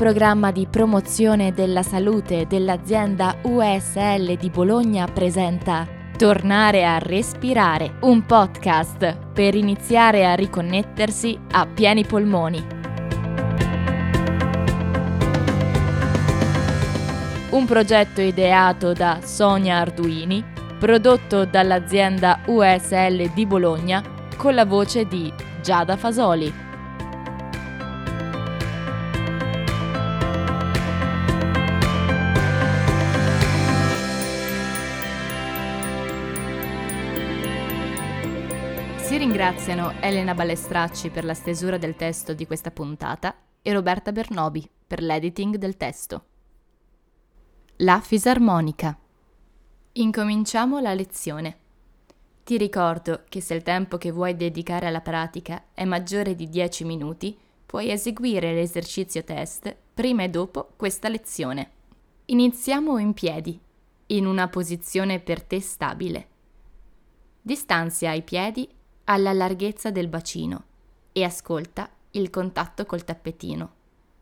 programma di promozione della salute dell'azienda USL di Bologna presenta Tornare a respirare, un podcast per iniziare a riconnettersi a pieni polmoni. Un progetto ideato da Sonia Arduini, prodotto dall'azienda USL di Bologna con la voce di Giada Fasoli. Si ringraziano Elena Balestracci per la stesura del testo di questa puntata e Roberta Bernobi per l'editing del testo. La fisarmonica. Incominciamo la lezione. Ti ricordo che se il tempo che vuoi dedicare alla pratica è maggiore di 10 minuti, puoi eseguire l'esercizio test prima e dopo questa lezione. Iniziamo in piedi, in una posizione per te stabile. Distanzia i piedi alla larghezza del bacino e ascolta il contatto col tappetino.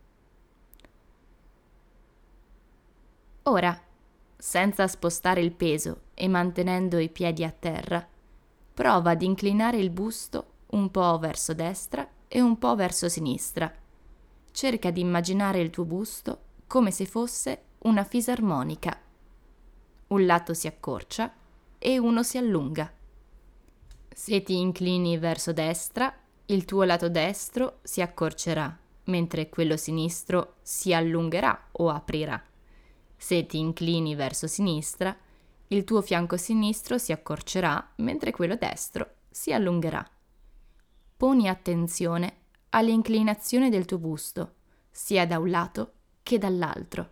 Ora, senza spostare il peso e mantenendo i piedi a terra, prova ad inclinare il busto un po' verso destra e un po' verso sinistra. Cerca di immaginare il tuo busto come se fosse una fisarmonica. Un lato si accorcia e uno si allunga. Se ti inclini verso destra, il tuo lato destro si accorcerà, mentre quello sinistro si allungherà o aprirà. Se ti inclini verso sinistra, il tuo fianco sinistro si accorcerà, mentre quello destro si allungherà. Poni attenzione all'inclinazione del tuo busto, sia da un lato che dall'altro.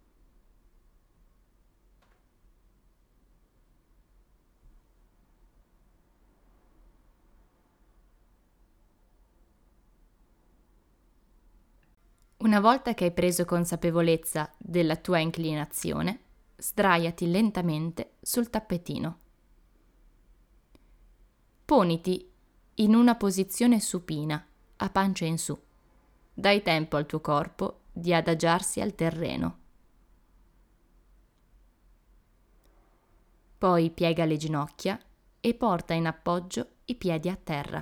Una volta che hai preso consapevolezza della tua inclinazione, sdraiati lentamente sul tappetino. Poniti in una posizione supina, a pancia in su. Dai tempo al tuo corpo di adagiarsi al terreno. Poi piega le ginocchia e porta in appoggio i piedi a terra.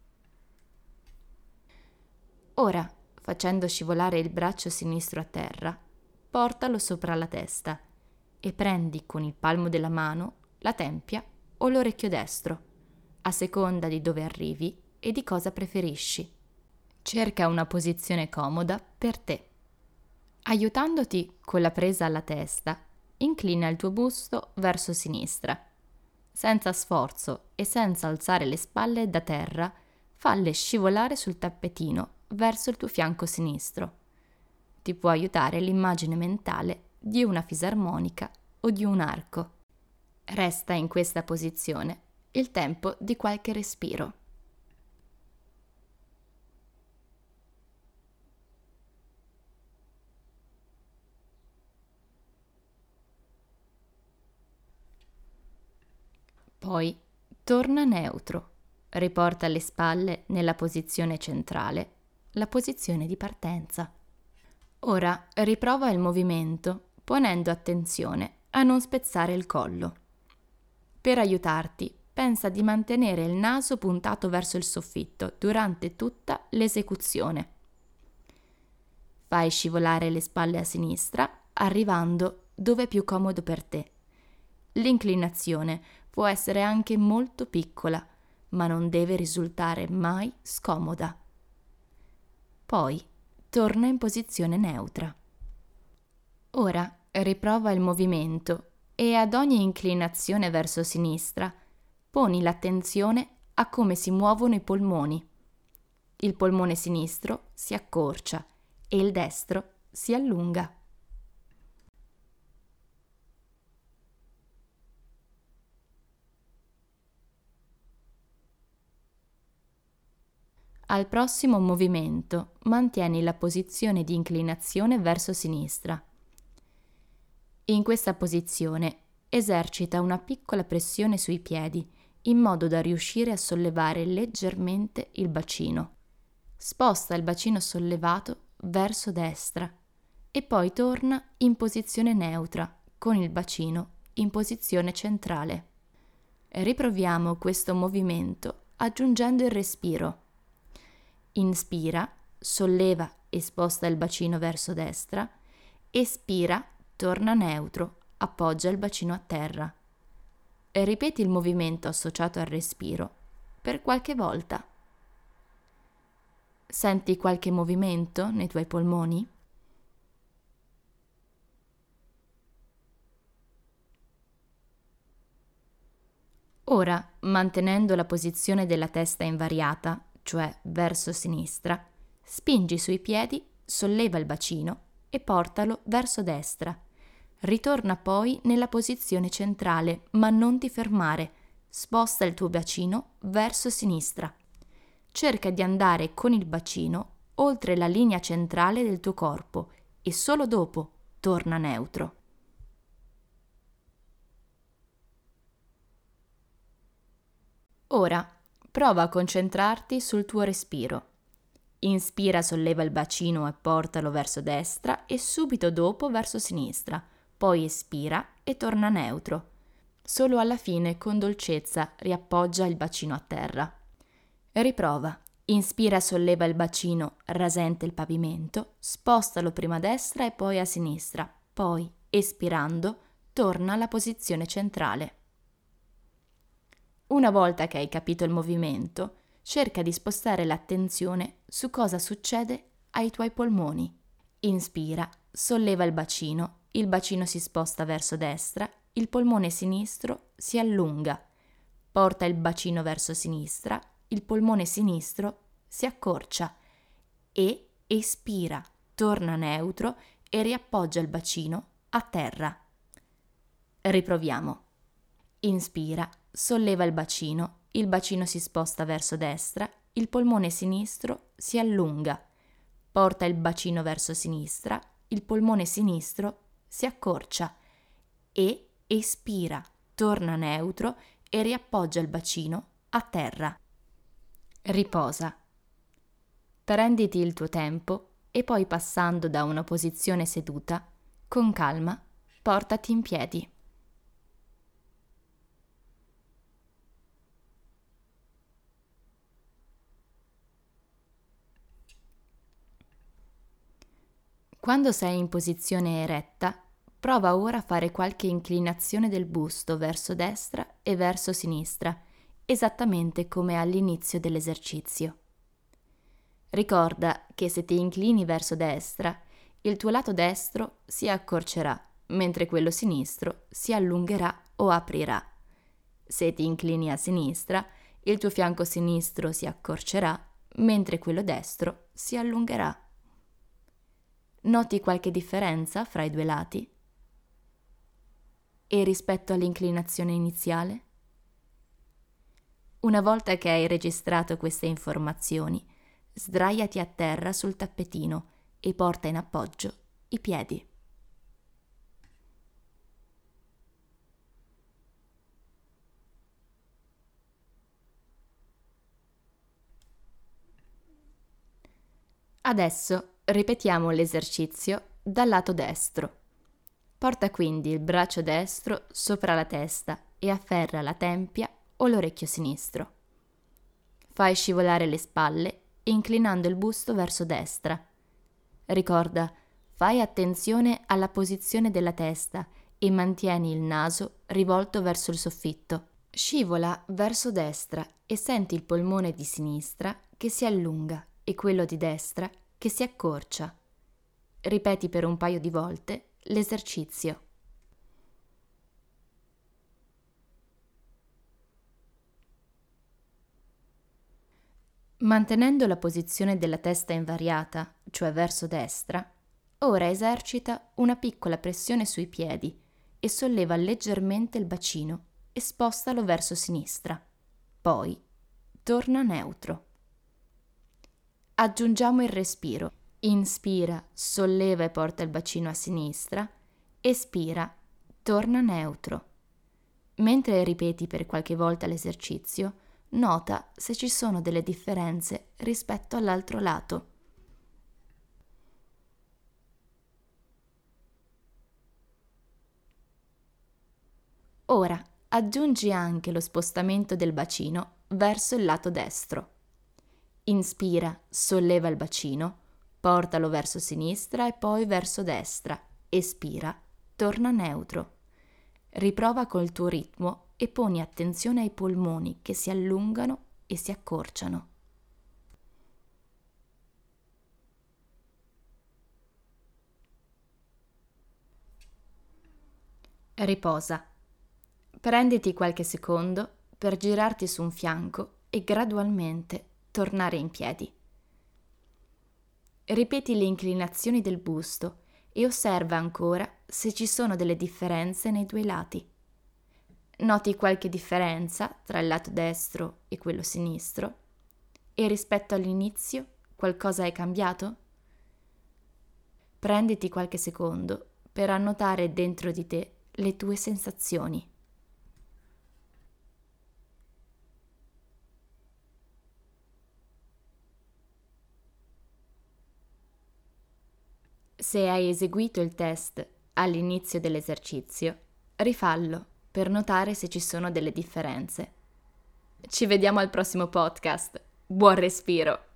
Ora, facendo scivolare il braccio sinistro a terra, portalo sopra la testa e prendi con il palmo della mano la tempia o l'orecchio destro, a seconda di dove arrivi e di cosa preferisci. Cerca una posizione comoda per te. Aiutandoti con la presa alla testa, inclina il tuo busto verso sinistra. Senza sforzo e senza alzare le spalle da terra, falle scivolare sul tappetino verso il tuo fianco sinistro. Ti può aiutare l'immagine mentale di una fisarmonica o di un arco. Resta in questa posizione il tempo di qualche respiro. Poi torna neutro, riporta le spalle nella posizione centrale, la posizione di partenza. Ora riprova il movimento ponendo attenzione a non spezzare il collo. Per aiutarti, pensa di mantenere il naso puntato verso il soffitto durante tutta l'esecuzione. Fai scivolare le spalle a sinistra, arrivando dove è più comodo per te. L'inclinazione può essere anche molto piccola, ma non deve risultare mai scomoda. Poi torna in posizione neutra. Ora riprova il movimento e ad ogni inclinazione verso sinistra poni l'attenzione a come si muovono i polmoni. Il polmone sinistro si accorcia e il destro si allunga. Al prossimo movimento mantieni la posizione di inclinazione verso sinistra. In questa posizione esercita una piccola pressione sui piedi in modo da riuscire a sollevare leggermente il bacino. Sposta il bacino sollevato verso destra e poi torna in posizione neutra con il bacino in posizione centrale. Riproviamo questo movimento aggiungendo il respiro. Inspira, solleva e sposta il bacino verso destra, espira, torna neutro, appoggia il bacino a terra. E ripeti il movimento associato al respiro per qualche volta. Senti qualche movimento nei tuoi polmoni? Ora, mantenendo la posizione della testa invariata, cioè verso sinistra, spingi sui piedi, solleva il bacino e portalo verso destra. Ritorna poi nella posizione centrale, ma non ti fermare. Sposta il tuo bacino verso sinistra. Cerca di andare con il bacino oltre la linea centrale del tuo corpo e solo dopo torna neutro. Ora, prova a concentrarti sul tuo respiro. Inspira, solleva il bacino e portalo verso destra e subito dopo verso sinistra. Poi espira e torna neutro. Solo alla fine, con dolcezza, riappoggia il bacino a terra. Riprova. Inspira, solleva il bacino, rasente il pavimento, spostalo prima a destra e poi a sinistra. Poi, espirando, torna alla posizione centrale. Una volta che hai capito il movimento, cerca di spostare l'attenzione su cosa succede ai tuoi polmoni. Inspira, solleva il bacino si sposta verso destra, il polmone sinistro si allunga. Porta il bacino verso sinistra, il polmone sinistro si accorcia e espira, torna neutro e riappoggia il bacino a terra. Riproviamo. Inspira, solleva il bacino si sposta verso destra, il polmone sinistro si allunga. Porta il bacino verso sinistra, il polmone sinistro si accorcia e espira, torna neutro e riappoggia il bacino a terra. Riposa. Prenditi il tuo tempo e poi passando da una posizione seduta, con calma, portati in piedi. Quando sei in posizione eretta, prova ora a fare qualche inclinazione del busto verso destra e verso sinistra, esattamente come all'inizio dell'esercizio. Ricorda che se ti inclini verso destra, il tuo lato destro si accorcerà, mentre quello sinistro si allungherà o aprirà. Se ti inclini a sinistra, il tuo fianco sinistro si accorcerà, mentre quello destro si allungherà. Noti qualche differenza fra i due lati? E rispetto all'inclinazione iniziale? Una volta che hai registrato queste informazioni, sdraiati a terra sul tappetino e porta in appoggio i piedi. Adesso ripetiamo l'esercizio dal lato destro. Porta quindi il braccio destro sopra la testa e afferra la tempia o l'orecchio sinistro. Fai scivolare le spalle inclinando il busto verso destra. Ricorda, fai attenzione alla posizione della testa e mantieni il naso rivolto verso il soffitto. Scivola verso destra e senti il polmone di sinistra che si allunga e quello di destra che si accorcia. Ripeti per un paio di volte l'esercizio. Mantenendo la posizione della testa invariata, cioè verso destra, ora esercita una piccola pressione sui piedi e solleva leggermente il bacino e spostalo verso sinistra. Poi torna neutro. Aggiungiamo il respiro. Inspira, solleva e porta il bacino a sinistra. Espira, torna neutro. Mentre ripeti per qualche volta l'esercizio, nota se ci sono delle differenze rispetto all'altro lato. Ora aggiungi anche lo spostamento del bacino verso il lato destro. Inspira, solleva il bacino, portalo verso sinistra e poi verso destra. Espira, torna neutro. Riprova col tuo ritmo e poni attenzione ai polmoni che si allungano e si accorciano. Riposa. Prenditi qualche secondo per girarti su un fianco e gradualmente tornare in piedi. Ripeti le inclinazioni del busto e osserva ancora se ci sono delle differenze nei due lati. Noti qualche differenza tra il lato destro e quello sinistro? E rispetto all'inizio qualcosa è cambiato? Prenditi qualche secondo per annotare dentro di te le tue sensazioni. Se hai eseguito il test all'inizio dell'esercizio, rifallo per notare se ci sono delle differenze. Ci vediamo al prossimo podcast. Buon respiro!